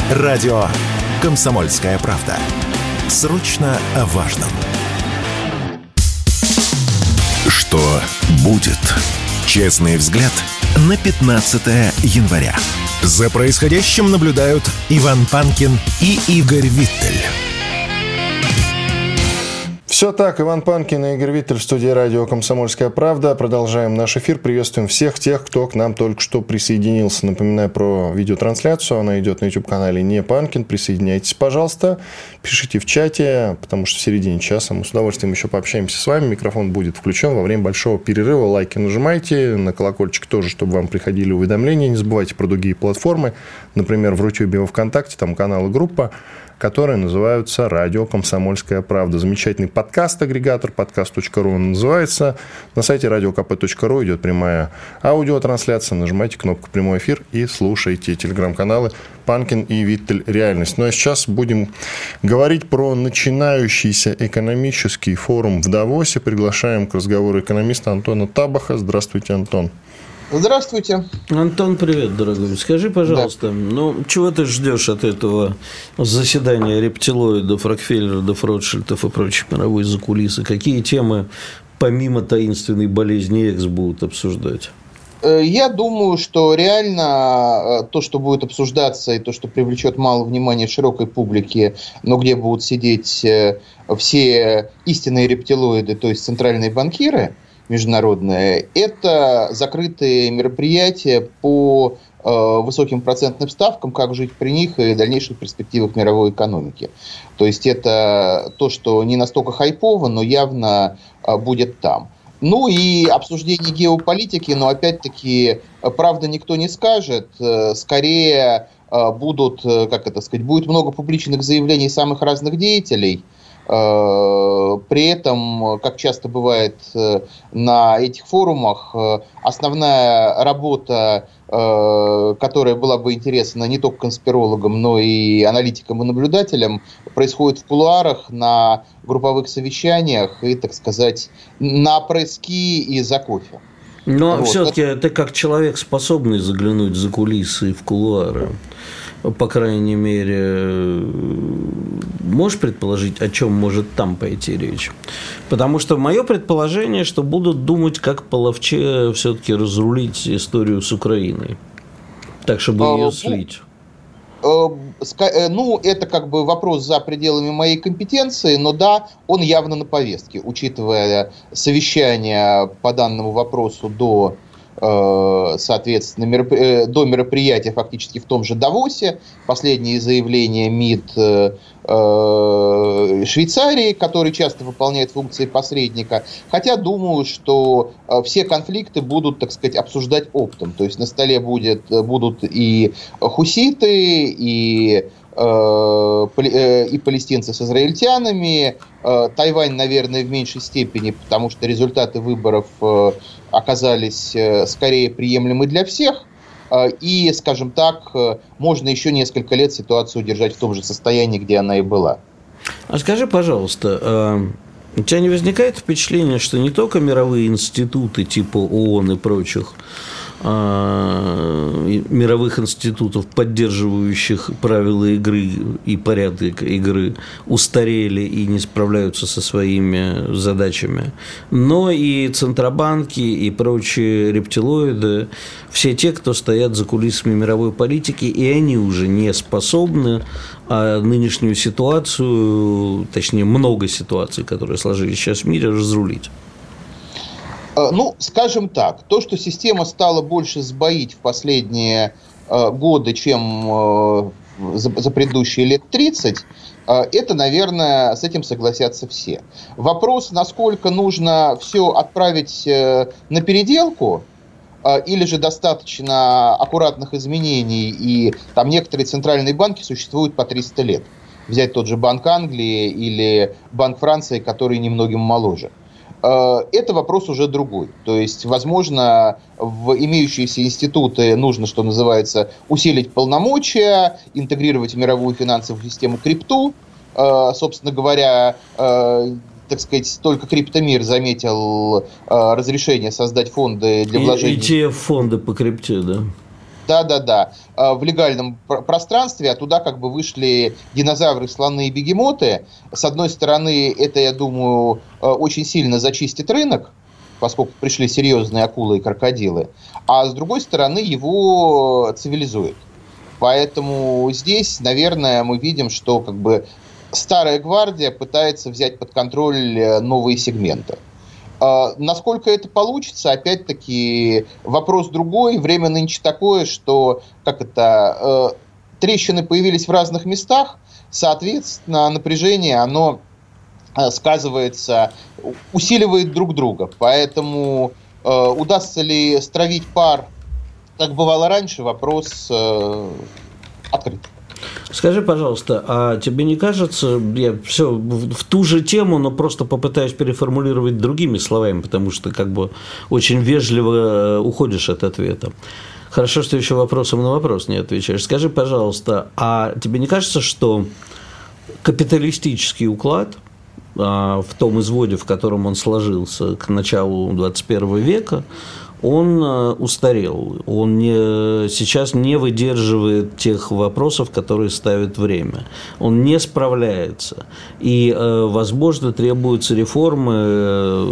Радио «Комсомольская правда». Срочно о важном. Что будет? Честный взгляд на 15 января. За происходящим наблюдают Иван Панкин и Игорь Виттель. Все так, Иван Панкин и Игорь Виттель в студии радио «Комсомольская правда». Продолжаем наш эфир. Приветствуем всех тех, кто к нам только что присоединился. Напоминаю про видеотрансляцию. Она идет на YouTube-канале «Не Панкин». Присоединяйтесь, пожалуйста. Пишите в чате, потому что в середине часа мы с удовольствием еще пообщаемся с вами. Микрофон будет включен во время большого перерыва. Лайки нажимайте, на колокольчик тоже, чтобы вам приходили уведомления. Не забывайте про другие платформы. Например, в Рутюбе и ВКонтакте, там канал и группа, которые называются «Радио Комсомольская правда». Замечательный подкаст-агрегатор, подкаст.ру он называется. На сайте radiokp.ru идет прямая аудиотрансляция. Нажимайте кнопку «Прямой эфир» и слушайте телеграм-каналы «Панкин» и «Виттель. Реальность». Ну а сейчас будем говорить про начинающийся экономический форум в Давосе. Приглашаем к разговору экономиста Антона Табаха. Здравствуйте, Антон. Здравствуйте. Антон, привет, дорогой. Скажи, пожалуйста, чего ты ждешь от этого заседания рептилоидов, Рокфеллеров, Ротшильдов и прочих мировой закулисы? Какие темы, помимо таинственной болезни Экс, будут обсуждать? Я думаю, что реально то, что будет обсуждаться, и то, что привлечет мало внимания широкой публики, но где будут сидеть все истинные рептилоиды, то есть центральные банкиры, международные, это закрытые мероприятия по высоким процентным ставкам, как жить при них и дальнейших перспективах мировой экономики. То есть это то, что не настолько хайпово, но явно будет там. Ну и обсуждение геополитики, но опять-таки, правда никто не скажет, скорее будут, будет много публичных заявлений самых разных деятелей. При этом, как часто бывает на этих форумах, основная работа, которая была бы интересна не только конспирологам, но и аналитикам и наблюдателям, происходит в кулуарах, на групповых совещаниях и, так сказать, на пресс-ки и за кофе. Но все-таки ты как человек, способный заглянуть за кулисы и в кулуары, по крайней мере, можешь предположить, о чем может там пойти речь? Потому что мое предположение, что будут думать, как половче все-таки разрулить историю с Украиной, так, чтобы ее слить. Это вопрос за пределами моей компетенции, но да, он явно на повестке, учитывая совещание по данному вопросу до мероприятия фактически в том же Давосе, последние заявления МИД Швейцарии, который часто выполняет функции посредника, хотя думаю, что все конфликты будут, так сказать, обсуждать оптом, то есть на столе будут и хуситы, и палестинцы с израильтянами, Тайвань, наверное, в меньшей степени, потому что результаты выборов оказались скорее приемлемы для всех, и, скажем так, можно еще несколько лет ситуацию удержать в том же состоянии, где она и была. А скажи, пожалуйста, у тебя не возникает впечатление, что не только мировые институты типа ООН и прочих мировых институтов, поддерживающих правила игры и порядок игры, устарели и не справляются со своими задачами, но и центробанки и прочие рептилоиды, все те, кто стоят за кулисами мировой политики, и они уже не способны нынешнюю ситуацию, точнее, много ситуаций, которые сложились сейчас в мире, разрулить. Скажем так, то, что система стала больше сбоить в последние годы, чем за предыдущие лет 30, это, наверное, с этим согласятся все. Вопрос, насколько нужно все отправить на переделку, или же достаточно аккуратных изменений, и там некоторые центральные банки существуют по 300 лет. Взять тот же Банк Англии или Банк Франции, который немногим моложе. Это вопрос уже другой. То есть, возможно, в имеющиеся институты нужно, что называется, усилить полномочия, интегрировать в мировую финансовую систему крипту. Собственно говоря, так сказать, только Криптомир заметил разрешение создать фонды для вложений. ETF-фонды по крипте, да? Да, в легальном пространстве, а туда как бы вышли динозавры, слоны и бегемоты. С одной стороны, это, я думаю, очень сильно зачистит рынок, поскольку пришли серьезные акулы и крокодилы, а с другой стороны, его цивилизует. Поэтому здесь, наверное, мы видим, что как бы старая гвардия пытается взять под контроль новые сегменты. Насколько это получится, опять-таки, вопрос другой. Время нынче такое, что трещины появились в разных местах, соответственно, напряжение, оно сказывается, усиливает друг друга. Поэтому удастся ли стравить пар, как бывало раньше, вопрос открыт. Скажи, пожалуйста, а тебе не кажется, я все в ту же тему, но просто попытаюсь переформулировать другими словами, потому что как бы очень вежливо уходишь от ответа. Хорошо, что еще вопросом на вопрос не отвечаешь. Скажи, пожалуйста, а тебе не кажется, что капиталистический уклад в том изводе, в котором он сложился к началу 21 века, он устарел, он сейчас не выдерживает тех вопросов, которые ставит время, он не справляется, и, возможно, требуются реформы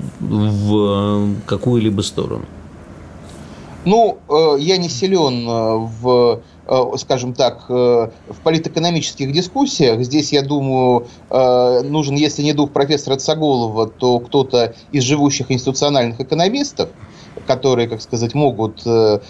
в какую-либо сторону? Ну, я не силен скажем так, в политэкономических дискуссиях. Здесь, я думаю, нужен, если не дух профессора Цаголова, то кто-то из живущих институциональных экономистов, которые, как сказать, могут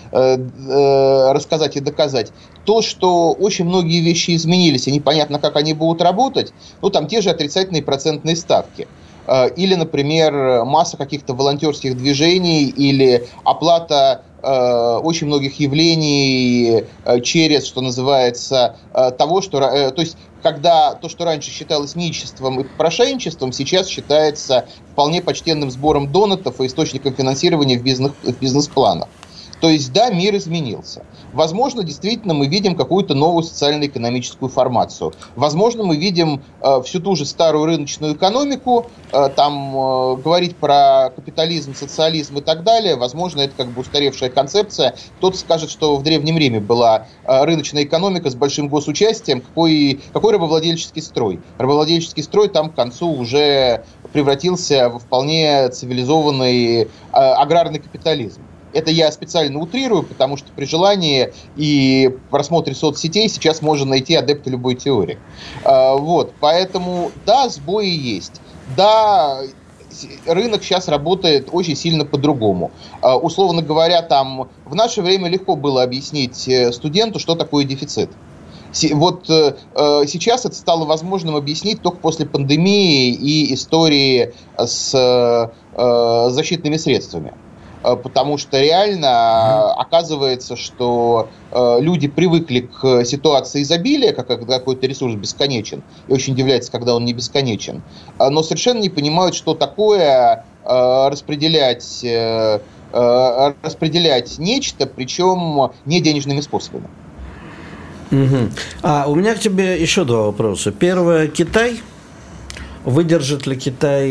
рассказать и доказать. То, что очень многие вещи изменились, и непонятно, как они будут работать, ну, там те же отрицательные процентные ставки. Или, например, масса каких-то волонтерских движений, или оплата очень многих явлений через, что называется, того, что... То есть, когда то, что раньше считалось ниществом и попрошайничеством, сейчас считается вполне почтенным сбором донатов и источником финансирования в бизнес-планах. То есть, да, мир изменился. Возможно, действительно, мы видим какую-то новую социально-экономическую формацию. Возможно, мы видим всю ту же старую рыночную экономику, там говорить про капитализм, социализм и так далее. Возможно, это как бы устаревшая концепция. Кто-то скажет, что в Древнем Риме была рыночная экономика с большим госучастием. Какой рабовладельческий строй? Рабовладельческий строй там к концу уже превратился в вполне цивилизованный аграрный капитализм. Это я специально утрирую, потому что при желании и просмотре соцсетей сейчас можно найти адепта любой теории. Вот, поэтому, да, сбои есть. Да, рынок сейчас работает очень сильно по-другому. Условно говоря, там в наше время легко было объяснить студенту, что такое дефицит. Вот сейчас это стало возможным объяснить только после пандемии и истории с защитными средствами. Потому что реально оказывается, что люди привыкли к ситуации изобилия, как какой-то ресурс бесконечен, и очень удивляются, когда он не бесконечен, но совершенно не понимают, что такое распределять нечто, причем не денежными способами. Угу. А у меня к тебе еще два вопроса. Первое, Китай. Выдержит ли Китай?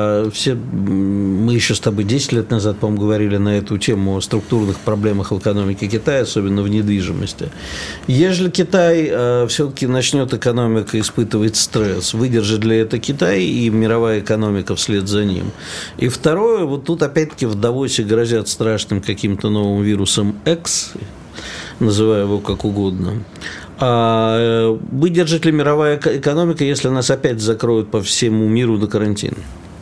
Мы еще с тобой 10 лет назад, по-моему, говорили на эту тему о структурных проблемах в экономике Китая, особенно в недвижимости. Если Китай все-таки начнет экономика испытывать стресс, выдержит ли это Китай и мировая экономика вслед за ним? И второе, вот тут опять-таки в Давосе грозят страшным каким-то новым вирусом X, называя его как угодно. А выдержит ли мировая экономика, если нас опять закроют по всему миру на карантин?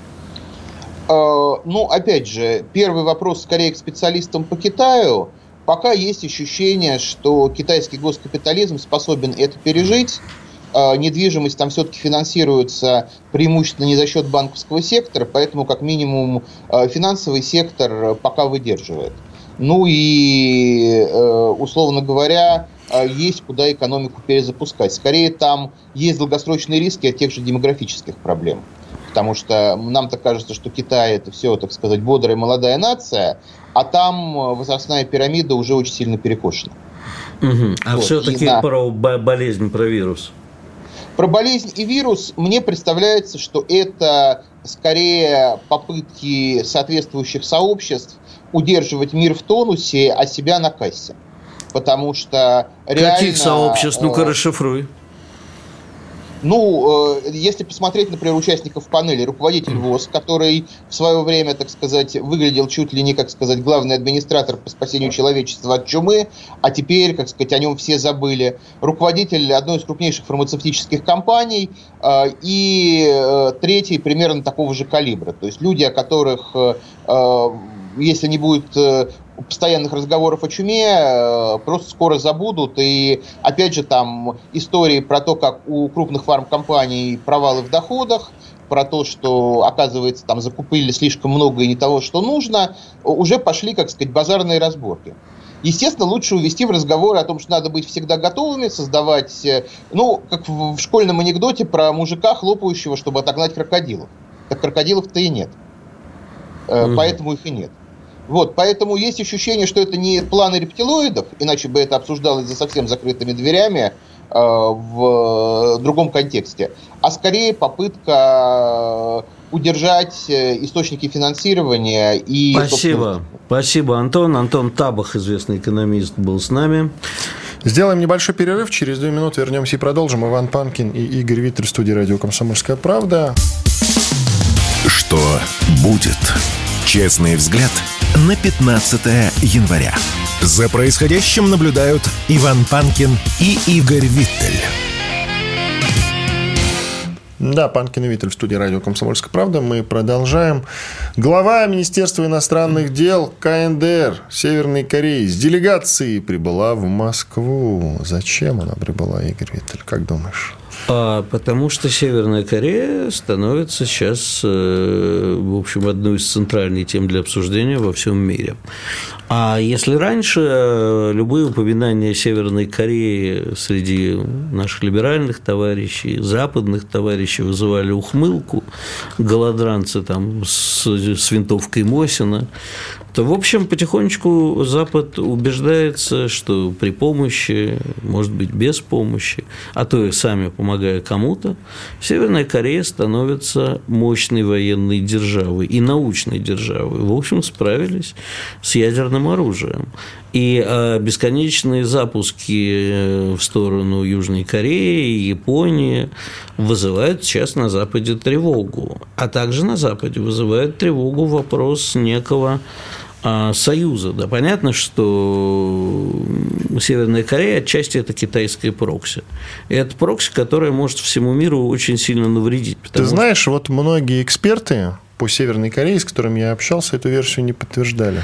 Ну, опять же, первый вопрос скорее к специалистам по Китаю. Пока есть ощущение, что китайский госкапитализм способен это пережить. Недвижимость там все-таки финансируется преимущественно не за счет банковского сектора, поэтому, как минимум, финансовый сектор пока выдерживает. Ну и, условно говоря, есть куда экономику перезапускать. Скорее, там есть долгосрочные риски от тех же демографических проблем. Потому что нам-то кажется, что Китай – это все, так сказать, бодрая молодая нация, а там возрастная пирамида уже очень сильно перекошена. Угу. А вот. Все-таки про болезнь, про вирус? Про болезнь и вирус мне представляется, что это скорее попытки соответствующих сообществ удерживать мир в тонусе, а себя на кассе. потому что реально... Каких сообществ? Ну-ка, расшифруй. Если посмотреть, например, участников панели, руководитель ВОС, который в свое время, так сказать, выглядел чуть ли не, как сказать, главный администратор по спасению человечества от чумы, а теперь, как сказать, о нем все забыли. Руководитель одной из крупнейших фармацевтических компаний и третий примерно такого же калибра. То есть люди, о которых, если не будет постоянных разговоров о чуме, просто скоро забудут. И, опять же, там истории про то, как у крупных фармкомпаний провалы в доходах, про то, что, оказывается, там закупили слишком много и не того, что нужно, уже пошли, как сказать, базарные разборки. Естественно, лучше увести в разговоры о том, что надо быть всегда готовыми, создавать, как в школьном анекдоте про мужика, хлопающего, чтобы отогнать крокодилов. Так крокодилов-то и нет. Поэтому их и нет. Поэтому есть ощущение, что это не планы рептилоидов, иначе бы это обсуждалось за совсем закрытыми дверями в другом контексте, а скорее попытка удержать источники финансирования и... Спасибо, Антон. Антон Табах, известный экономист, был с нами. Сделаем небольшой перерыв, через 2 минуты вернемся и продолжим. Иван Панкин и Игорь Виттель, студия радио «Комсомольская правда». Что будет? Честный взгляд на 15 января. За происходящим наблюдают Иван Панкин и Игорь Виттель. Да, Панкин и Виттель в студии радио «Комсомольская правда». Мы продолжаем. Глава Министерства иностранных дел КНДР Северной Кореи с делегацией прибыла в Москву. Зачем она прибыла, Игорь Виттель, как думаешь? Потому что Северная Корея становится сейчас, в общем, одной из центральных тем для обсуждения во всем мире. А если раньше любые упоминания Северной Кореи среди наших либеральных товарищей, западных товарищей вызывали ухмылку, голодранцы там с винтовкой Мосина, то, в общем, потихонечку Запад убеждается, что при помощи, может быть, без помощи, а то и сами помогая кому-то, Северная Корея становится мощной военной державой и научной державой. В общем, справились с ядерным оружием. И бесконечные запуски в сторону Южной Кореи, Японии вызывают сейчас на Западе тревогу. А также на Западе вызывает тревогу вопрос некого союза. Да, понятно, что Северная Корея отчасти это китайская прокси. И это прокси, которая может всему миру очень сильно навредить. Ты знаешь, вот многие эксперты по Северной Корее, с которыми я общался, эту версию не подтверждали.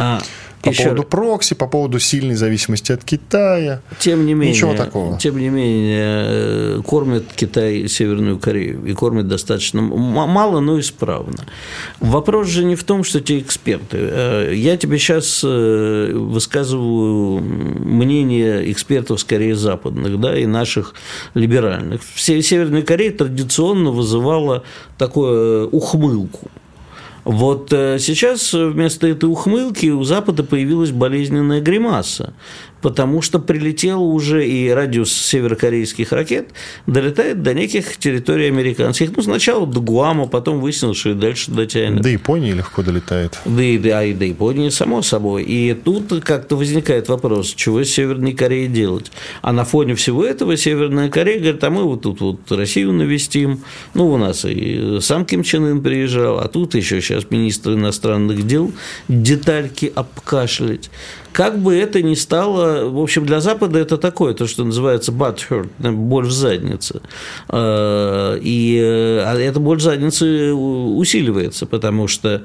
По поводу прокси, по поводу сильной зависимости от Китая. Тем не менее, ничего такого. Тем не менее, кормит Китай Северную Корею. И кормит достаточно мало, но исправно. Вопрос же не в том, что те эксперты. Я тебе сейчас высказываю мнение экспертов, скорее, западных, да, и наших либеральных. Северная Корея традиционно вызывала такую ухмылку. Вот сейчас вместо этой ухмылки у Запада появилась болезненная гримаса, потому что прилетел уже и радиус северокорейских ракет долетает до неких территорий американских. Ну, сначала до Гуама, потом выяснилось, что и дальше дотянет. До Японии легко долетает. И до Японии, само собой. И тут как-то возникает вопрос, чего с Северной Кореей делать. А на фоне всего этого Северная Корея говорит, а мы вот тут вот Россию навестим. Ну, у нас и сам Ким Чен Ын приезжал, а тут еще сейчас министр иностранных дел детальки обкашлять. Как бы это ни стало, в общем, для Запада это такое, то, что называется butt hurt, боль в заднице. И эта боль в заднице усиливается, потому что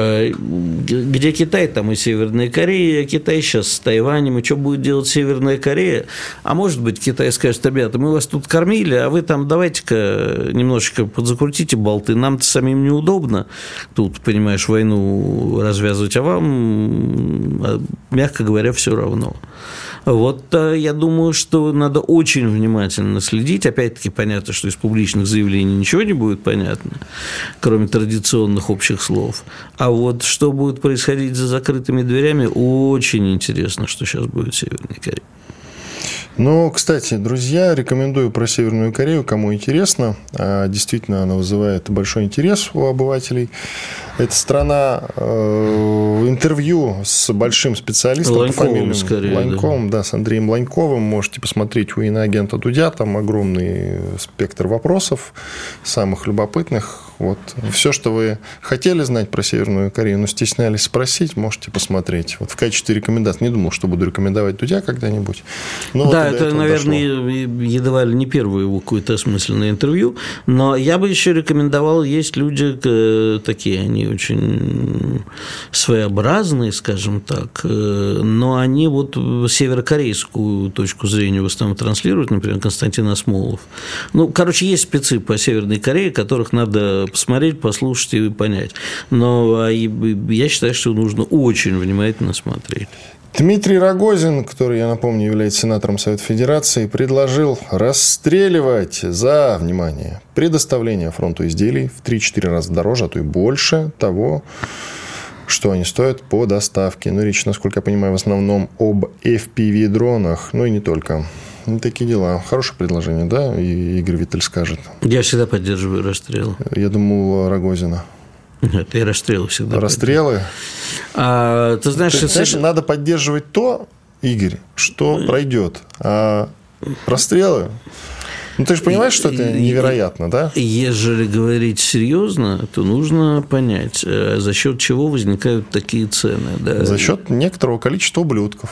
где Китай, там и Северная Корея, Китай сейчас с Тайванем, и что будет делать Северная Корея? А может быть, Китай скажет, ребята, мы вас тут кормили, а вы там давайте-ка немножечко подзакрутите болты, нам-то самим неудобно тут, понимаешь, войну развязывать, а вам, мягко говоря, все равно. Вот я думаю, что надо очень внимательно следить. Опять-таки, понятно, что из публичных заявлений ничего не будет понятно, кроме традиционных общих слов. А вот что будет происходить за закрытыми дверями, очень интересно, что сейчас будет в Северной Корее. Ну, кстати, друзья, рекомендую про Северную Корею, кому интересно. Действительно, она вызывает большой интерес у обывателей. Это страна, интервью с большим специалистом по фамилии Ланьковым, да, с Андреем Ланьковым. Можете посмотреть у иноагента Дудя, там огромный спектр вопросов, самых любопытных. Вот. Все, что вы хотели знать про Северную Корею, но стеснялись спросить, можете посмотреть. Вот в качестве рекомендации. Не думал, что буду рекомендовать Дудя когда-нибудь. Но да, вот это, наверное, едва ли не первое его какое-то осмысленное интервью. Но я бы еще рекомендовал, есть люди такие, они очень своеобразные, скажем так, но они вот северокорейскую точку зрения в основном транслируют, например, Константин Асмолов. Ну, короче, есть спецы по Северной Корее, которых надо посмотреть, послушать и понять. Но я считаю, что нужно очень внимательно смотреть. Дмитрий Рогозин, который, я напомню, является сенатором Совета Федерации, предложил расстреливать за, внимание, предоставление фронту изделий в 3-4 раза дороже, а то и больше того, что они стоят по доставке. Ну, речь, насколько я понимаю, в основном об FPV-дронах, ну и не только. Такие дела. Хорошее предложение, да? И Игорь Виттель скажет. Я всегда поддерживаю расстрелы. Я думал, Рогозина. Нет, я расстрелы всегда. Расстрелы? Ты знаешь, надо поддерживать то, Игорь, что пройдет. А расстрелы... Ну, ты же понимаешь, что это невероятно, да? Ежели говорить серьезно, то нужно понять, за счет чего возникают такие цены. Да? За счет некоторого количества ублюдков.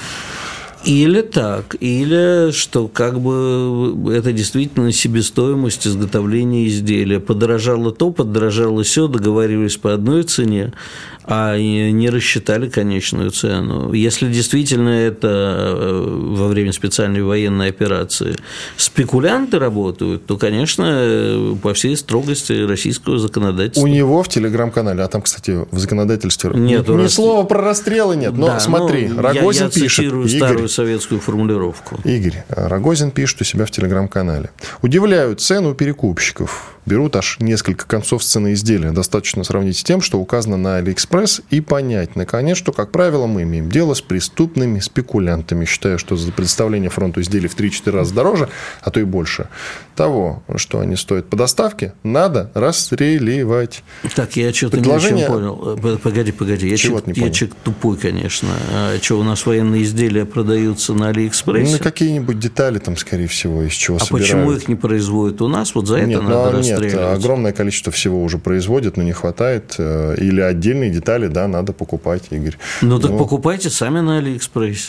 Или так, или что как бы это действительно себестоимость изготовления изделия. Подорожало то, подорожало сё, договаривались по одной цене, а не рассчитали конечную цену. Если действительно это во время специальной военной операции спекулянты работают, то, конечно, по всей строгости российского законодательства. У него в телеграм-канале, а там, кстати, в законодательстве нет, ни слова про расстрелы нет. Но да, смотри, Рогозин пишет. Я цитирую старую советскую формулировку. Игорь, Рогозин пишет у себя в телеграм-канале. Удивляют цену перекупщиков. Берут аж несколько концов с цены изделия. Достаточно сравнить с тем, что указано на Алиэкспресс, и понять, наконец, что, как правило, мы имеем дело с преступными спекулянтами. Считаю, что за представление фронту изделий в 3-4 раза дороже, а то и больше того, что они стоят по доставке, надо расстреливать. Так, я что-то не очень понял. Погоди. Я человек тупой, конечно. А что, у нас военные изделия продаются на Алиэкспрессе? Ну, какие-нибудь детали там, скорее всего, из чего собирают. А почему их не производят у нас? Вот за это надо расстреливать. Нет, огромное количество всего уже производят, но не хватает. Или отдельные детали, да, надо покупать, Игорь. Ну, так покупайте сами на Алиэкспрессе.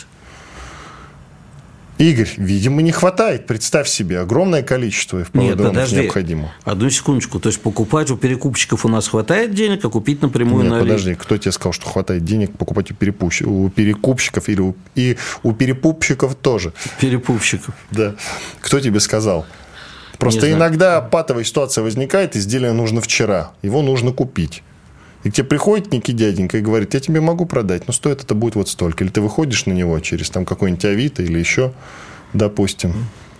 Игорь, видимо, не хватает. Представь себе, огромное количество дронов необходимо. Одну секундочку. То есть, покупать у перекупщиков у нас хватает денег, а купить напрямую на Алиэкспрессе? Подожди, кто тебе сказал, что хватает денег покупать у перекупщиков или у перепупщиков тоже? Перепупщиков. Да. Кто тебе сказал? Просто иногда патовая ситуация возникает, изделие нужно вчера, его нужно купить. И к тебе приходит некий дяденька и говорит, я тебе могу продать, но стоит это будет вот столько. Или ты выходишь на него через там какой-нибудь Авито или еще, допустим.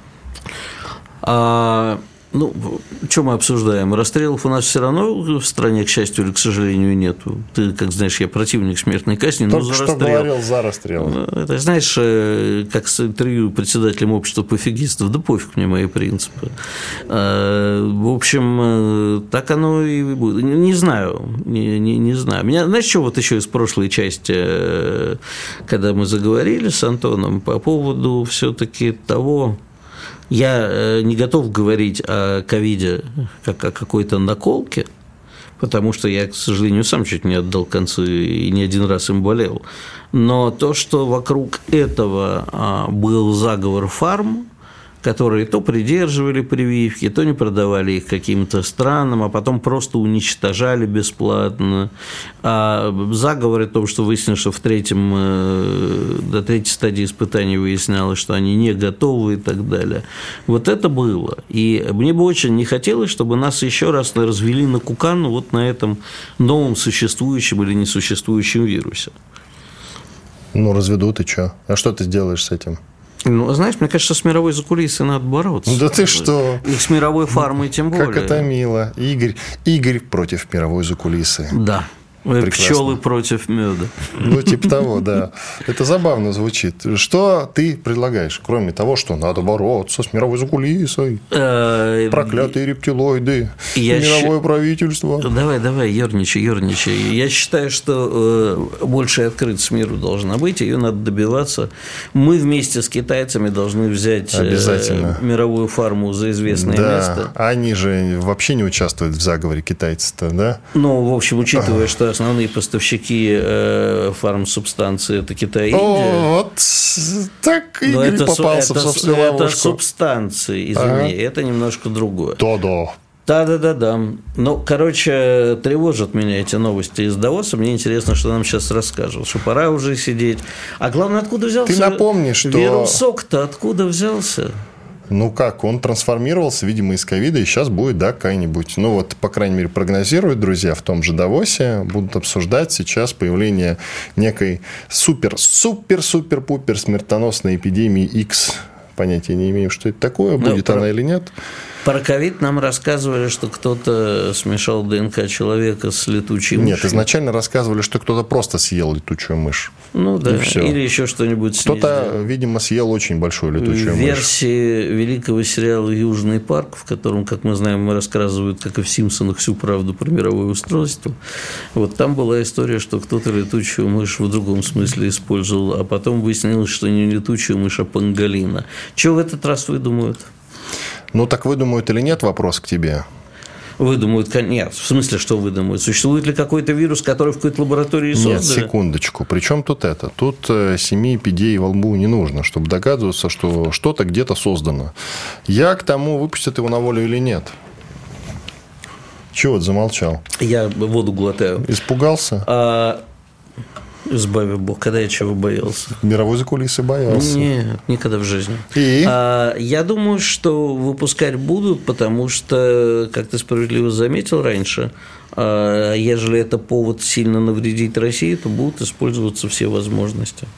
Ну, что мы обсуждаем? Расстрелов у нас все равно в стране, к счастью или к сожалению, нет. Ты, как знаешь, я противник смертной казни, но только за что расстрел. Говорил за расстрел. Это, знаешь, как с интервью председателем общества пофигистов, да пофиг мне мои принципы. В общем, так оно и будет. Не знаю. Не знаю. Меня, знаешь, что вот еще из прошлой части, когда мы заговорили с Антоном по поводу все-таки того... Я не готов говорить о ковиде как о какой-то наколке, потому что я, к сожалению, сам чуть не отдал концы и не один раз им болел. Но то, что вокруг этого был заговор фарм, которые то придерживали прививки, то не продавали их каким-то странам, а потом просто уничтожали бесплатно. А заговор о том, что выяснилось, что до третьей стадии испытаний выяснялось, что они не готовы и так далее. Вот это было. И мне бы очень не хотелось, чтобы нас еще раз развели на кукану вот на этом новом существующем или несуществующем вирусе. Ну, разведут, и что? А что ты сделаешь с этим? Ну, знаешь, мне кажется, с мировой закулисой надо бороться. Да ты что? И с мировой фармой тем более. Как это мило. Игорь против мировой закулисы. Да. Пчелы против меда. Ну, типа того, да. Это забавно звучит. Что ты предлагаешь, кроме того, что надо бороться с мировой закулисой, проклятые рептилоиды, мировое правительство? Давай, ерничай. Я считаю, что большая открытость миру должна быть, ее надо добиваться. Мы вместе с китайцами должны взять мировую фарму за известное место. Они же вообще не участвуют в заговоре, китайцы-то, да? Ну, в общем, учитывая, что основные поставщики фармсубстанций – это Китай и Индия. Вот так Игорь попался в собственную ловушку. Это субстанции, извини, это немножко другое. Да. Ну, короче, тревожат меня эти новости из Давоса. Мне интересно, что нам сейчас расскажут. Что пора уже сидеть. А главное, откуда взялся? Ты напомни, что... Вирусок-то откуда взялся? Ну как, он трансформировался, видимо, из ковида, и сейчас будет, да, какая-нибудь, ну вот, по крайней мере, прогнозируют друзья в том же Давосе, будут обсуждать сейчас появление некой супер-пупер смертоносной эпидемии X. Понятия не имею, что это такое, будет она или нет. Про ковид нам рассказывали, что кто-то смешал ДНК человека с летучей мышью. Нет, изначально рассказывали, что кто-то просто съел летучую мышь. Ну да, или еще что-нибудь. Кто-то, видимо, съел очень большую летучую мышь. В версии великого сериала «Южный парк», в котором, как мы знаем, рассказывают, как и в «Симпсонах», всю правду про мировое устройство, вот там была история, что кто-то летучую мышь в другом смысле использовал, а потом выяснилось, что не летучую мышь, а панголина. Чего в этот раз выдумают? Ну, так выдумают или нет, вопрос к тебе. Выдумают, нет, в смысле, что выдумают? Существует ли какой-то вирус, который в какой-то лаборатории создали? Нет, секундочку. Причем тут это? Тут 7 эпидей во лбу не нужно, чтобы догадываться, что что-то где-то создано. Я к тому, выпустят его на волю или нет. Чего ты замолчал? Я воду глотаю. Испугался? Избави Бог, когда я чего боялся? Мировой закулисы боялся. Нет, никогда в жизни. И? Я думаю, что выпускать будут, потому что, как ты справедливо заметил раньше, ежели это повод сильно навредить России, то будут использоваться все возможности.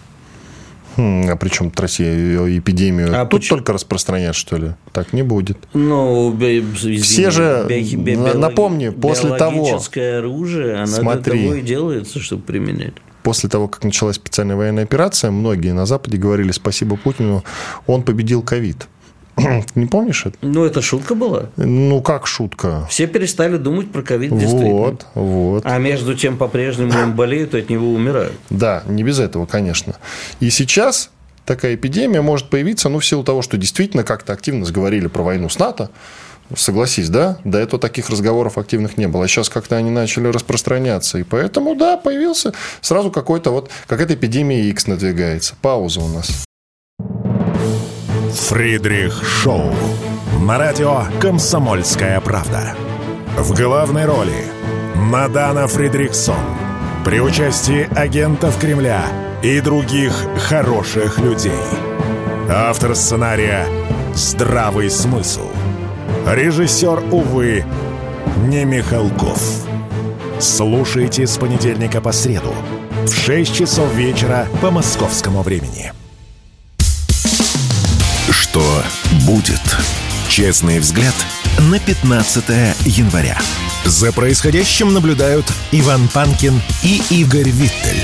А при чем Россия ее эпидемию тут только распространять, что ли? Так не будет. Ну, все же, напомни, после того... Биологическое оружие, оно для того и делается, чтобы применять. После того, как началась специальная военная операция, многие на Западе говорили спасибо Путину, он победил ковид. Не помнишь это? Ну, это шутка была. Ну, как шутка? Все перестали думать про ковид, действительно. Вот. А между тем, по-прежнему им болеют, и от него умирают. Да, не без этого, конечно. И сейчас такая эпидемия может появиться, в силу того, что действительно как-то активно заговорили про войну с НАТО. Согласись, да? До этого таких разговоров активных не было. А сейчас как-то они начали распространяться. И поэтому, да, появился сразу какая-то эпидемия X надвигается. Пауза у нас. Фридрих Шоу. На радио «Комсомольская правда». В главной роли Мадана Фридрихсон. При участии агентов Кремля и других хороших людей. Автор сценария «Здравый смысл». Режиссер, увы, не Михалков. Слушайте с понедельника по среду в 6 часов вечера по московскому времени. Что будет? Честный взгляд на 15 января. За происходящим наблюдают Иван Панкин и Игорь Виттель.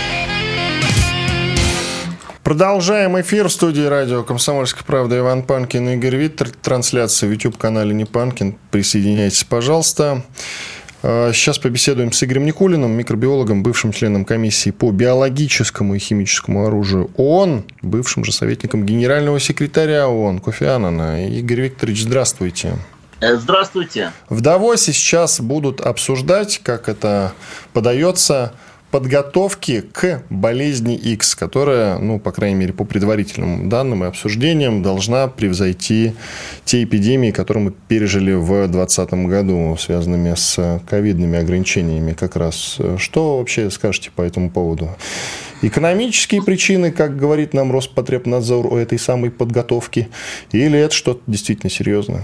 Продолжаем эфир в студии радио «Комсомольская правда». Иван Панкин и Игорь Виттель. Трансляция в YouTube-канале «Не Панкин». Присоединяйтесь, пожалуйста. Сейчас побеседуем с Игорем Никулиным, микробиологом, бывшим членом комиссии по биологическому и химическому оружию ООН, бывшим же советником генерального секретаря ООН Кофи Аннана. Игорь Викторович, здравствуйте. Здравствуйте. В Давосе сейчас будут обсуждать, как это подается, подготовки к болезни X, которая, по крайней мере, по предварительным данным и обсуждениям, должна превзойти те эпидемии, которые мы пережили в 2020 году, связанными с ковидными ограничениями как раз. Что вообще скажете по этому поводу? Экономические причины, как говорит нам Роспотребнадзор, у этой самой подготовки, или это что-то действительно серьезное?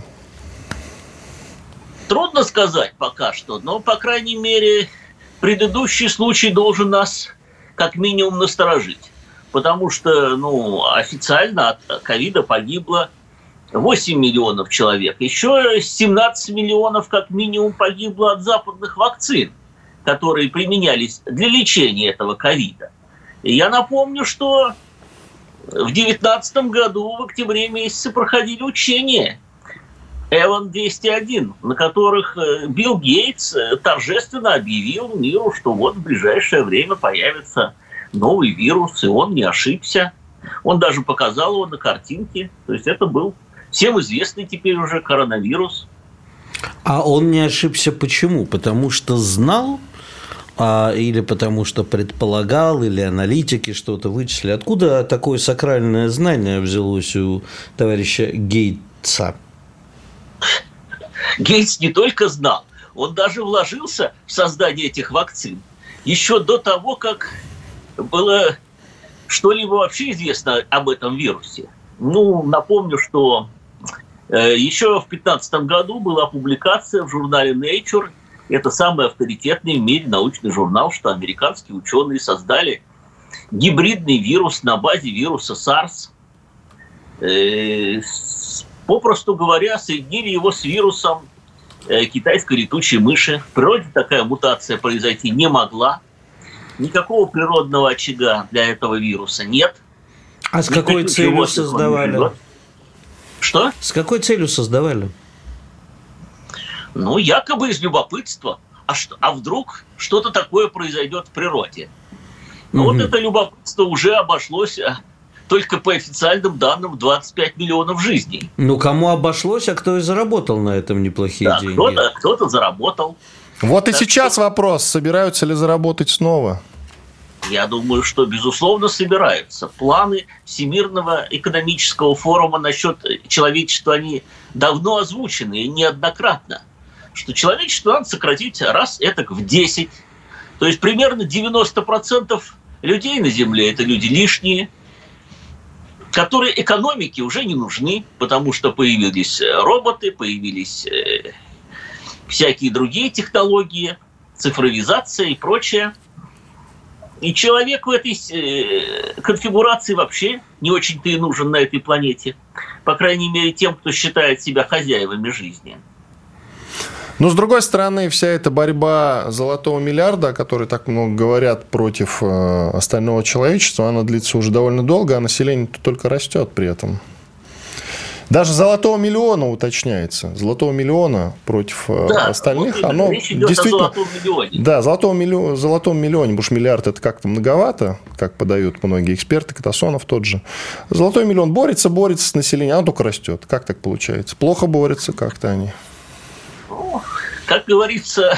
Трудно сказать пока что, но, по крайней мере, предыдущий случай должен нас как минимум насторожить. Потому что, официально от ковида погибло 8 миллионов человек. Еще 17 миллионов как минимум погибло от западных вакцин. которые применялись для лечения этого ковида. И я напомню, что в 2019 году в октябре месяце проходили учения Эван-201, на которых Билл Гейтс торжественно объявил миру, что вот в ближайшее время появится новый вирус, и он не ошибся. Он даже показал его на картинке. То есть это был всем известный теперь уже коронавирус. А он не ошибся почему? Потому что знал? Или потому что предполагал, или аналитики что-то вычислили? Откуда такое сакральное знание взялось у товарища Гейтса? Гейтс не только знал, он даже вложился в создание этих вакцин. Еще до того, как было что-либо вообще известно об этом вирусе. Напомню, что еще в 2015 году была публикация в журнале Nature. Это самый авторитетный в мире научный журнал, что американские ученые создали гибридный вирус на базе вируса SARS. Попросту говоря, соединили его с вирусом китайской летучей мыши. В природе такая мутация произойти не могла. Никакого природного очага для этого вируса нет. А с какой целью создавали? Что? С какой целью создавали? Якобы из любопытства. А вдруг что-то такое произойдет в природе? Вот это любопытство уже обошлось только по официальным данным 25 миллионов жизней. Кому обошлось, а кто и заработал на этом неплохие деньги? Кто-то заработал. Вот и сейчас вопрос, собираются ли заработать снова? Я думаю, что, безусловно, собираются. Планы Всемирного экономического форума насчет человечества, они давно озвучены и неоднократно. Что человечество надо сократить раз этак в 10. То есть примерно 90% людей на Земле – это люди лишние, которые экономике уже не нужны, потому что появились роботы, появились всякие другие технологии, цифровизация и прочее. И человек в этой конфигурации вообще не очень-то и нужен на этой планете. По крайней мере, тем, кто считает себя хозяевами жизни. Но, с другой стороны, вся эта борьба золотого миллиарда, о которой так много говорят, против остального человечества, она длится уже довольно долго, а население только растет при этом. Даже золотого миллиона уточняется. Золотого миллиона против остальных. Вот оно речь идет действительно... о золотом миллионе. Да, золотом миллионе, потому что миллиард это как-то многовато, как подают многие эксперты, Катасонов тот же. Золотой миллион борется с населением, оно только растет. Как так получается? Плохо борются как-то они. Как говорится,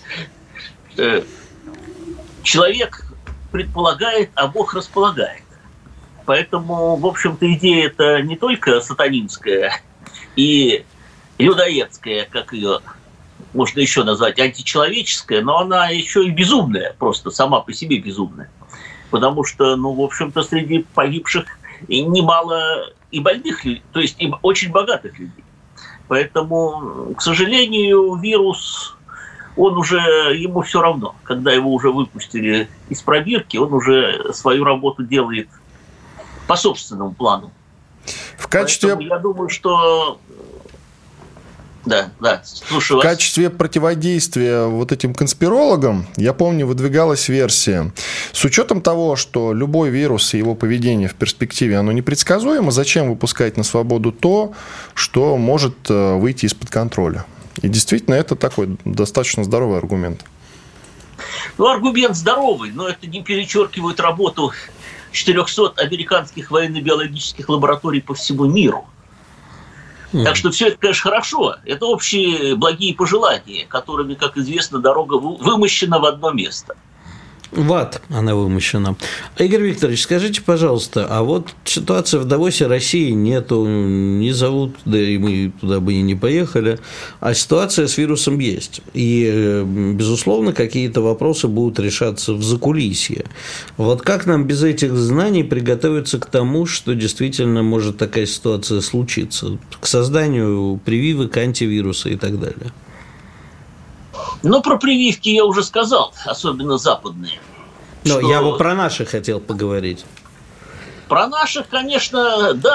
человек предполагает, а Бог располагает. Поэтому, в общем-то, идея-то не только сатанинская и людоедская, как ее можно еще назвать, античеловеческая, но она еще и безумная, просто сама по себе безумная. Потому что, в общем-то, среди погибших и немало и больных людей, то есть и очень богатых людей. Поэтому, к сожалению, вирус, ему все равно. Когда его уже выпустили из пробирки, он уже свою работу делает по собственному плану. Поэтому я думаю, что... Да, слушаю вас. В качестве противодействия вот этим конспирологам, я помню, выдвигалась версия. С учетом того, что любой вирус и его поведение в перспективе, оно непредсказуемо, зачем выпускать на свободу то, что может выйти из-под контроля? И действительно, это такой достаточно здоровый аргумент. Аргумент здоровый, но это не перечеркивает работу 400 американских военно-биологических лабораторий по всему миру. Так что все это, конечно, хорошо. Это общие благие пожелания, которыми, как известно, дорога вымощена в одно место. В ад она вымощена. Игорь Викторович, скажите, пожалуйста, а вот ситуация в Давосе, России нету, не зовут, да и мы туда бы и не поехали, а ситуация с вирусом есть. И, безусловно, какие-то вопросы будут решаться в закулисье. Вот как нам без этих знаний приготовиться к тому, что действительно может такая ситуация случиться? К созданию прививок, антивируса и так далее. Про прививки я уже сказал, особенно западные. Но я бы про наших хотел поговорить. Про наших, конечно, да.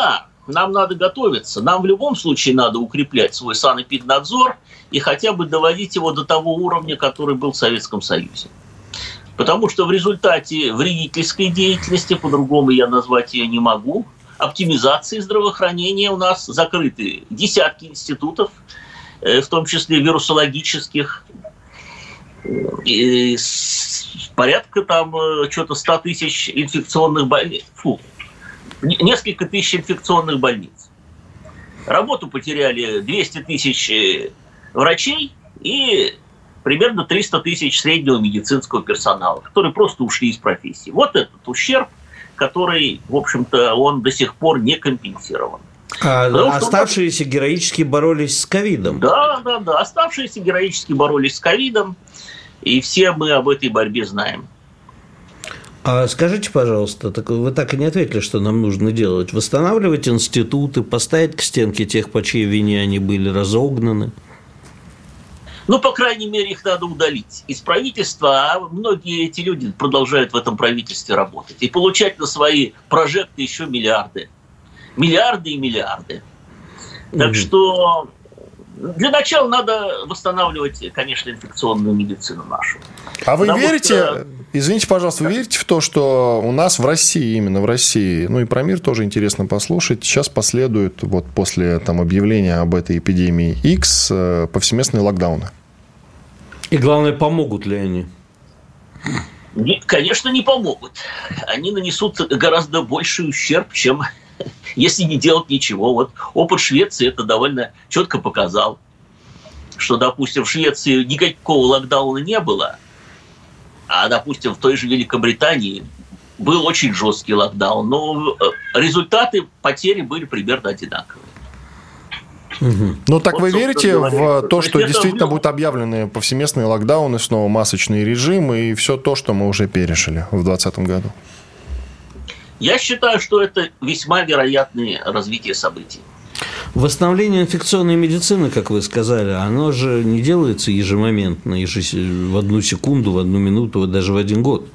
нам надо готовиться. Нам в любом случае надо укреплять свой санэпиднадзор и хотя бы доводить его до того уровня, который был в Советском Союзе. Потому что в результате вредительской деятельности, по-другому я назвать ее не могу, оптимизации здравоохранения у нас закрыты десятки институтов, в том числе вирусологических, и порядка там что-то 100 тысяч инфекционных больниц. Несколько тысяч инфекционных больниц. Работу потеряли 200 тысяч врачей и примерно 300 тысяч среднего медицинского персонала, которые просто ушли из профессии. Вот этот ущерб, который, в общем-то, он до сих пор не компенсирован. Оставшиеся героически боролись с ковидом. Да. Оставшиеся героически боролись с ковидом, и все мы об этой борьбе знаем. А скажите, пожалуйста, вы так и не ответили, что нам нужно делать? Восстанавливать институты, поставить к стенке тех, по чьей вине они были разогнаны? Ну, по крайней мере, их надо удалить из правительства, а многие эти люди продолжают в этом правительстве работать и получать на свои прожекты еще миллиарды. Миллиарды и миллиарды. Так что для начала надо восстанавливать, конечно, инфекционную медицину нашу. А вы верите, извините, пожалуйста, вы верите в то, что у нас в России, именно в России, ну и про мир тоже интересно послушать, сейчас последуют, вот после там объявления об этой эпидемии X, повсеместные локдауны? И главное, помогут ли они? Конечно, не помогут. Они нанесут гораздо больший ущерб, чем если не делать ничего. Вот опыт Швеции это довольно четко показал, что, допустим, в Швеции никакого локдауна не было, а, допустим, в той же Великобритании был очень жесткий локдаун, но результаты потери были примерно одинаковые. Ну, так вот, вы верите в то, что действительно будут объявлены повсеместные локдауны, снова масочный режим и все то, что мы уже пережили в 2020 году? Я считаю, что это весьма вероятное развитие событий. Восстановление инфекционной медицины, как вы сказали, оно же не делается ежемоментно, в одну секунду, в одну минуту, даже в один год.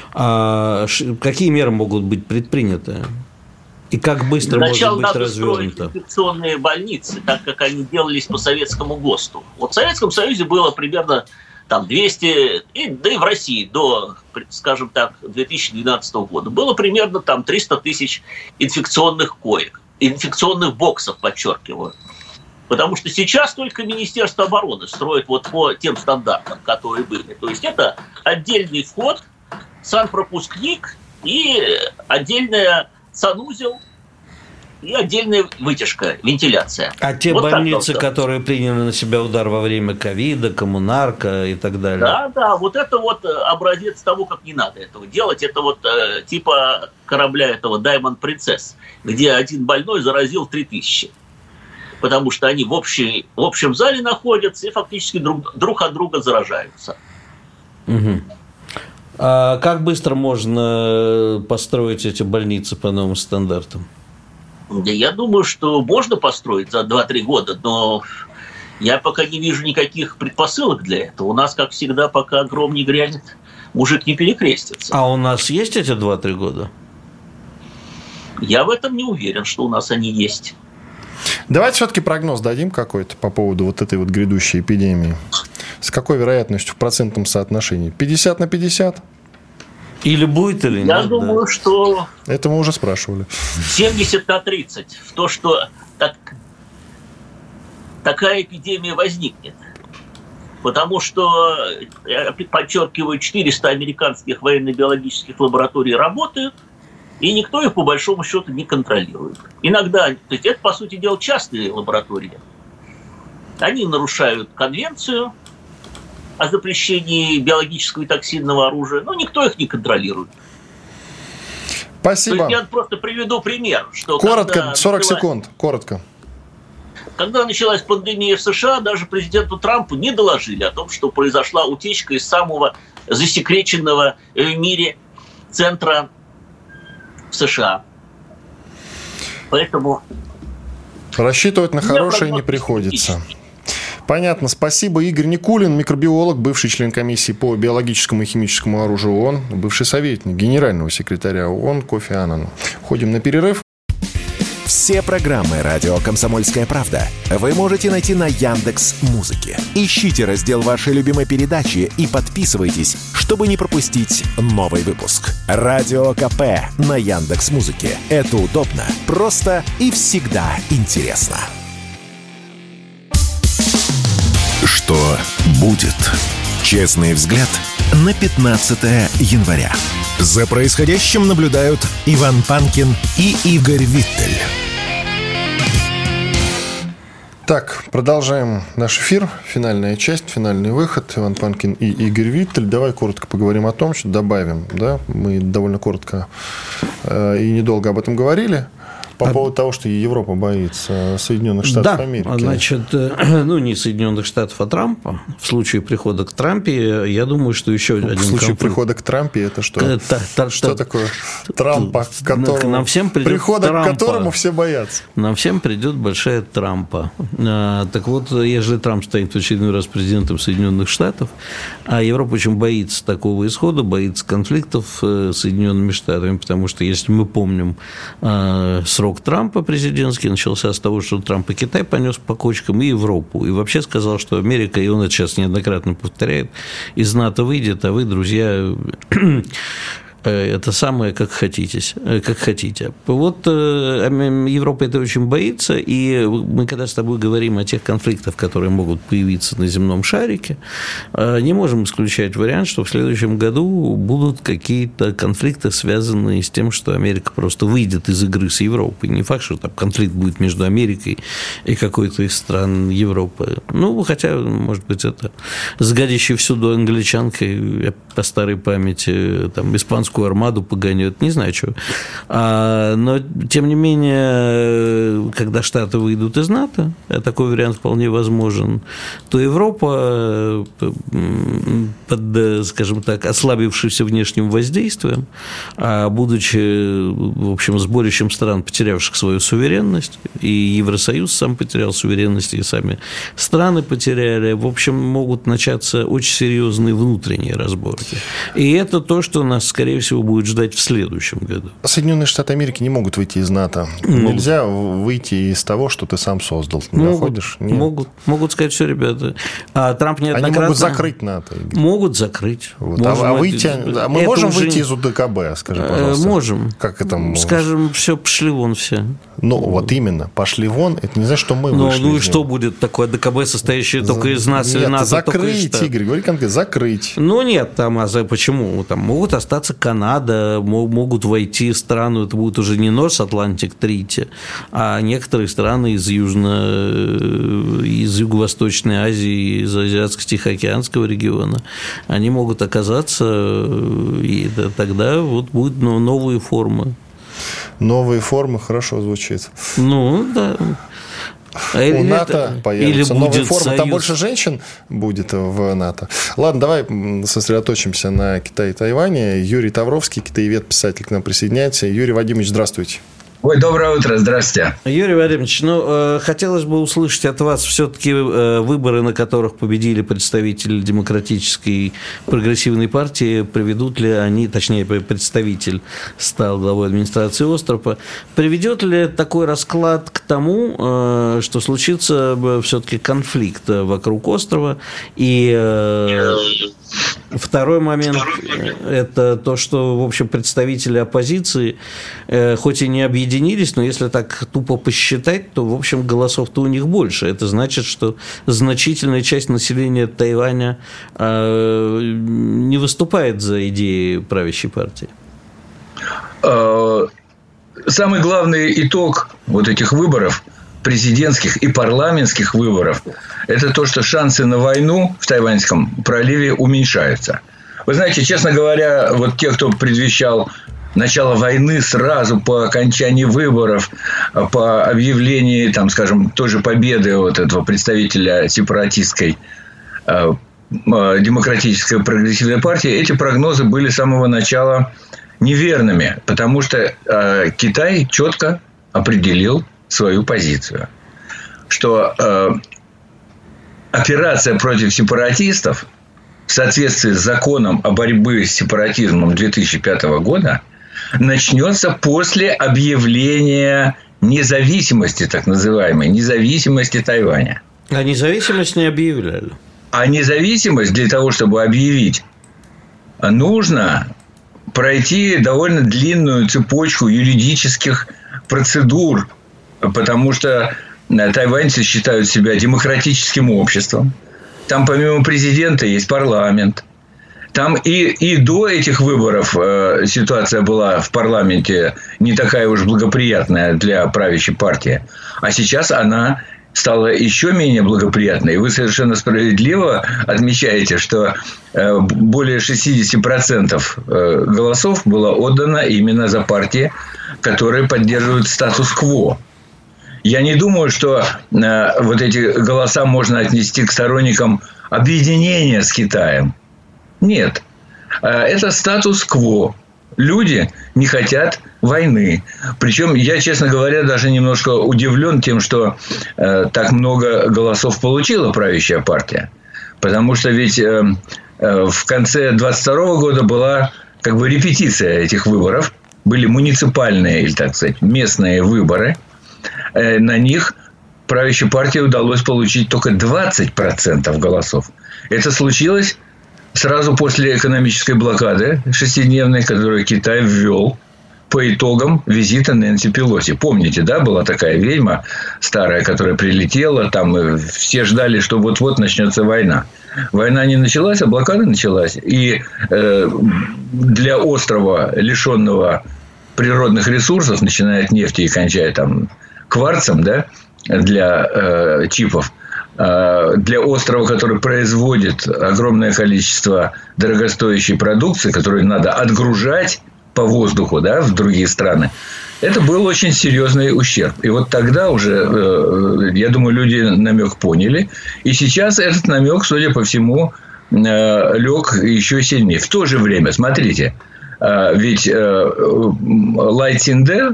А какие меры могут быть предприняты? И как быстро может быть развернуто? Сначала надо строить инфекционные больницы, так как они делались по советскому ГОСТу. Вот в Советском Союзе было примерно там 200, да и в России до, скажем так, 2012 года было примерно там 300 тысяч инфекционных коек, инфекционных боксов, подчеркиваю. Потому что сейчас только Министерство обороны строит вот по тем стандартам, которые были. То есть это отдельный вход, санпропускник и отдельная санузел и отдельная вытяжка, вентиляция. А те вот больницы, которые приняли на себя удар во время ковида, коммунарка и так далее? Да, вот это вот образец того, как не надо этого делать. Это вот типа корабля этого Diamond Princess, где один больной заразил 3000. Потому что они в общем зале находятся и фактически друг от друга заражаются. Угу. А как быстро можно построить эти больницы по новым стандартам? Я думаю, что можно построить за 2-3 года, но я пока не вижу никаких предпосылок для этого. У нас, как всегда, пока гром не грянет, мужик не перекрестится. А у нас есть эти 2-3 года? Я в этом не уверен, что у нас они есть. Давайте все-таки прогноз дадим какой-то по поводу вот этой вот грядущей эпидемии. С какой вероятностью в процентном соотношении? 50 на 50? Или будет, или нет? Я думаю, что... Это мы уже спрашивали. 70 на 30. В то, что такая эпидемия возникнет. Потому что, я подчеркиваю, 400 американских военно-биологических лабораторий работают, и никто их, по большому счету, не контролирует. Иногда, то есть это, по сути дела, частные лаборатории. Они нарушают конвенцию о запрещении биологического и токсинного оружия, но никто их не контролирует. Спасибо. То есть я просто приведу пример. Что коротко, 40 секунд, коротко. Когда началась пандемия в США, даже президенту Трампу не доложили о том, что произошла утечка из самого засекреченного в мире центра в США. Поэтому... Рассчитывать на хорошее не приходится. Понятно. Спасибо. Игорь Никулин, микробиолог, бывший член комиссии по биологическому и химическому оружию ООН, бывший советник генерального секретаря ООН Кофи Аннану. Ходим на перерыв. Все программы «Радио Комсомольская правда» вы можете найти на Яндекс.Музыке. Ищите раздел вашей любимой передачи и подписывайтесь, чтобы не пропустить новый выпуск. «Радио КП» на Яндекс.Музыке. Это удобно, просто и всегда интересно. Что будет? Честный взгляд на 15 января. За происходящим наблюдают Иван Панкин и Игорь Виттель. Так, продолжаем наш эфир. Финальная часть, финальный выход. Иван Панкин и Игорь Виттель. Давай коротко поговорим о том, что добавим. Да? Мы довольно коротко и недолго об этом говорили. По поводу того, что Европа боится Соединенных Штатов Америки. Да, значит, не Соединенных Штатов, а Трампа. В случае прихода к Трампе, я думаю, что еще один конфликт. В случае прихода к Трампе, это что? Что такое Трампа, к которому все боятся? Нам всем придет большая Трампа. Так вот, если Трамп станет в очередной раз президентом Соединенных Штатов, а Европа очень боится такого исхода, боится конфликтов с Соединенными Штатами, потому что, если мы помним срок Трампа президентский начался с того, что Трамп и Китай понес по кочкам, и Европу. И вообще сказал, что Америка, и он это сейчас неоднократно повторяет, из НАТО выйдет, а вы, друзья, это самое, как хотите. Вот Европа это очень боится, и мы, когда с тобой говорим о тех конфликтах, которые могут появиться на земном шарике, не можем исключать вариант, что в следующем году будут какие-то конфликты, связанные с тем, что Америка просто выйдет из игры с Европой. Не факт, что там конфликт будет между Америкой и какой-то из стран Европы. Хотя, может быть, это с гадящей всюду англичанкой, по старой памяти, там, испанскую армаду погонят, не знаю, что. Но, тем не менее, когда Штаты выйдут из НАТО, а такой вариант вполне возможен, то Европа, под, скажем так, ослабившимся внешним воздействием, будучи, в общем, сборищем стран, потерявших свою суверенность, и Евросоюз сам потерял суверенность, и сами страны потеряли, в общем, могут начаться очень серьезные внутренние разборки. И это то, что нас, скорее всего, будет ждать в следующем году. Соединенные Штаты Америки не могут выйти из НАТО. Нельзя выйти из того, что ты сам создал. Не находишь? Могут сказать, все, ребята. А Трамп неоднократно... Они могут закрыть НАТО. Игорь. Могут закрыть. Вот. Мы можем выйти из УДКБ, скажи, пожалуйста. Можем. Как это можно? Скажем, все, пошли вон все. Вот именно. Пошли вон. Это не значит, что мы вышли. И что будет такое ДКБ, состоящее только из нас или НАТО? Закрыть, Игорь. Говори конкретно. Закрыть. Нет, там, почему? Там могут остаться Канада, могут войти страны, это будет уже не North Atlantic Treaty, а некоторые страны из Юго-Восточной Азии, из Азиатско-Тихоокеанского региона, они могут оказаться, и тогда вот будут новые формы. Новые формы хорошо звучит. Да. У НАТО появятся новые формы. Там больше женщин будет в НАТО. Ладно, давай сосредоточимся на Китае и Тайване. Юрий Тавровский, китаевед, писатель, к нам присоединяется. Юрий Вадимович, здравствуйте. Ой, доброе утро, здравствуйте. Юрий Вадимович, хотелось бы услышать от вас все-таки выборы, на которых победили представители Демократической прогрессивной партии, приведут ли они, точнее, представитель стал главой администрации острова, приведет ли такой расклад к тому, что случится все-таки конфликт вокруг острова, и второй момент – это то, что, в общем, представители оппозиции, хоть и не объединились, но если так тупо посчитать, то, в общем, голосов-то у них больше. Это значит, что значительная часть населения Тайваня не выступает за идеи правящей партии. Самый главный итог вот этих выборов, президентских и парламентских выборов, это то, что шансы на войну в Тайваньском проливе уменьшаются. Вы знаете, честно говоря, вот те, кто предвещал начало войны сразу по окончании выборов, по объявлении, там, скажем, той же победы вот этого представителя сепаратистской демократической прогрессивной партии, эти прогнозы были с самого начала неверными, потому что Китай четко определил свою позицию, что операция против сепаратистов в соответствии с законом о борьбе с сепаратизмом 2005 года начнется после объявления независимости, так называемой, независимости Тайваня. А независимость не объявляли. А независимость для того, чтобы объявить, нужно пройти довольно длинную цепочку юридических процедур, потому что тайваньцы считают себя демократическим обществом. Там помимо президента есть парламент. Там и до этих выборов ситуация была в парламенте не такая уж благоприятная для правящей партии. А сейчас она стала еще менее благоприятной. И вы совершенно справедливо отмечаете, что более 60% голосов было отдано именно за партии, которые поддерживают статус-кво. Я не думаю, что вот эти голоса можно отнести к сторонникам объединения с Китаем. Нет. Это статус-кво. Люди не хотят войны. Причем я, честно говоря, даже немножко удивлен тем, что так много голосов получила правящая партия. Потому что ведь в конце 22 года была как бы репетиция этих выборов. Были муниципальные, или так сказать, местные выборы. На них правящей партии удалось получить только 20% голосов. Это случилось сразу после экономической блокады шестидневной, которую Китай ввел по итогам визита Нэнси Пелоси. Помните, да, была такая ведьма старая, которая прилетела, там все ждали, что вот-вот начнется война. Война не началась, а блокада началась. И для острова, лишенного природных ресурсов, начиная от нефти и кончая там кварцем, да, для чипов, для острова, который производит огромное количество дорогостоящей продукции, которую надо отгружать по воздуху, да, в другие страны, это был очень серьезный ущерб. И вот тогда уже, я думаю, люди намек поняли. И сейчас этот намек, судя по всему, лег еще сильнее. В то же время, смотрите, ведь Лай Цзиньде,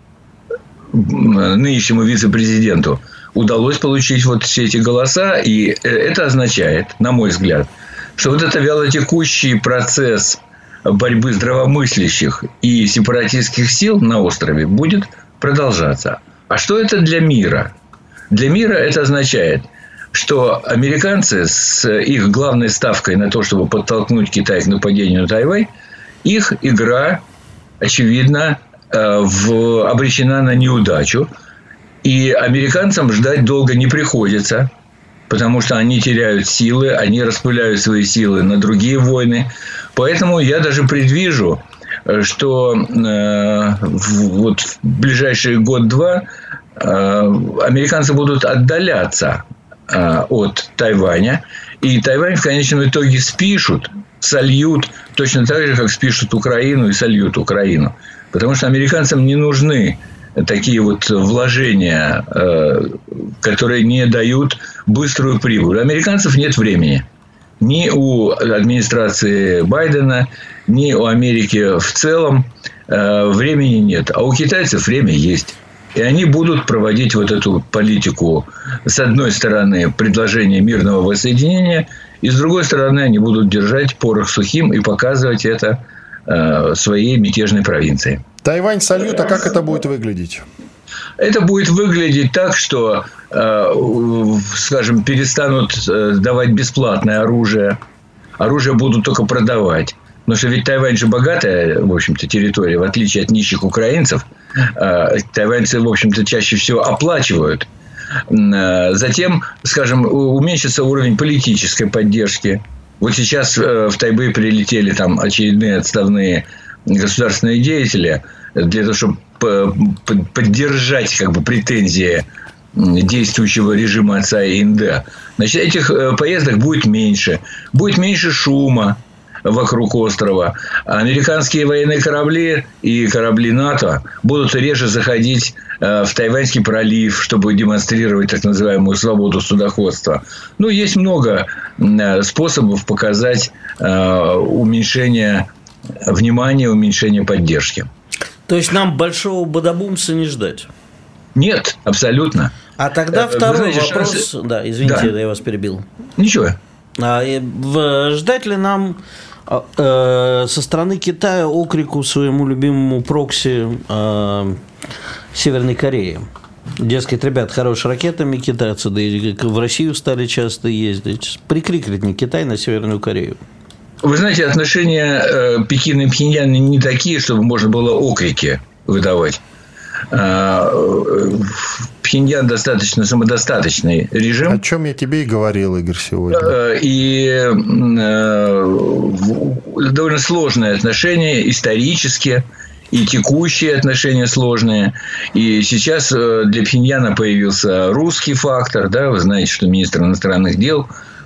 нынешнему вице-президенту, удалось получить вот все эти голоса. И это означает, на мой взгляд, что вот это вялотекущий процесс борьбы здравомыслящих и сепаратистских сил на острове будет продолжаться. А что это для мира? Для мира это означает, что американцы с их главной ставкой на то, чтобы подтолкнуть Китай к нападению на Тайвань, их игра, очевидно, обречена на неудачу. И американцам ждать долго не приходится, потому что они теряют силы, они распыляют свои силы на другие войны. Поэтому я даже предвижу, что вот в ближайший год-два американцы будут отдаляться от Тайваня. И Тайвань в конечном итоге спишут, сольют, точно так же, как спишут Украину и сольют Украину. Потому что американцам не нужны такие вот вложения, которые не дают быструю прибыль. У американцев нет времени. Ни у администрации Байдена, ни у Америки в целом времени нет. А у китайцев время есть. И они будут проводить вот эту политику, с одной стороны, предложение мирного воссоединения, и с другой стороны, они будут держать порох сухим и показывать это своей мятежной провинции. Тайвань салют, а как это будет выглядеть? Это будет выглядеть так, что, скажем, перестанут давать бесплатное оружие. Оружие будут только продавать. Потому что ведь Тайвань же богатая, в общем-то, территория, в отличие от нищих украинцев. Тайваньцы, в общем-то, чаще всего оплачивают. Затем, скажем, уменьшится уровень политической поддержки. Вот сейчас в Тайбэй прилетели там очередные отставные государственные деятели для того, чтобы поддержать как бы претензии действующего режима отца Инде. Значит, этих поездок будет меньше. Будет меньше шума вокруг острова. Американские военные корабли и корабли НАТО будут реже заходить в Тайваньский пролив, чтобы демонстрировать так называемую свободу судоходства. Ну, есть много способов показать уменьшение внимания, уменьшение поддержки. То есть нам большого бадабумса не ждать? Нет, абсолютно. А тогда второй вопрос. Да, извините, я вас перебил. Ничего. Ждать ли нам со стороны Китая окрику своему любимому прокси Северной Кореи. Дескать, ребят, хорошие ракетами китайцы, да и в Россию стали часто ездить. Прикрикнет не Китай на Северную Корею. Вы знаете, отношения Пекина и Пхеньяна не такие, чтобы можно было окрики выдавать. Пхеньян достаточно самодостаточный режим. О чем я тебе и говорил, Игорь, сегодня. И довольно сложные отношения исторически, и текущие отношения сложные. И сейчас для Пхеньяна появился русский фактор. Да? Вы знаете, что министр иностранных дел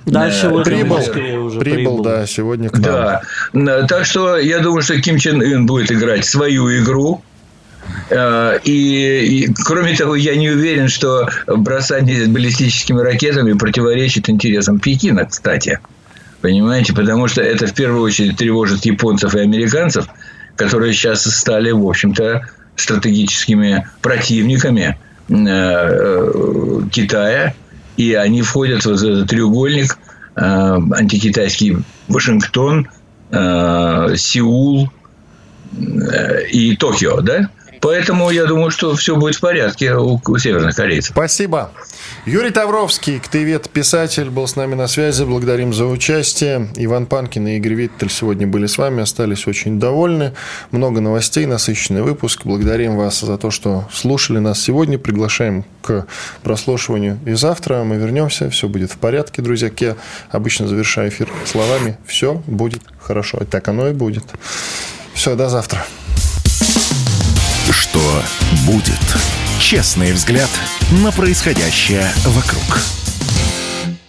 прибыл, да, сегодня к нам. Да. Так что я думаю, что Ким Чен Ын будет играть свою игру. И кроме того, я не уверен, что бросание баллистическими ракетами противоречит интересам Пекина, кстати. Понимаете? Потому что это в первую очередь тревожит японцев и американцев, которые сейчас стали, в общем-то, стратегическими противниками Китая. И они входят в этот треугольник антикитайский: Вашингтон, Сеул и Токио, да? Поэтому я думаю, что все будет в порядке у северных корейцев. Спасибо. Юрий Тавровский, ктивет, писатель, был с нами на связи. Благодарим за участие. Иван Панкин и Игорь Виттель сегодня были с вами. Остались очень довольны. Много новостей, насыщенный выпуск. Благодарим вас за то, что слушали нас сегодня. Приглашаем к прослушиванию и завтра. Мы вернемся. Все будет в порядке, друзья. Я обычно завершаю эфир словами: все будет хорошо. И так оно и будет. Все, до завтра. Что будет? Честный взгляд на происходящее вокруг.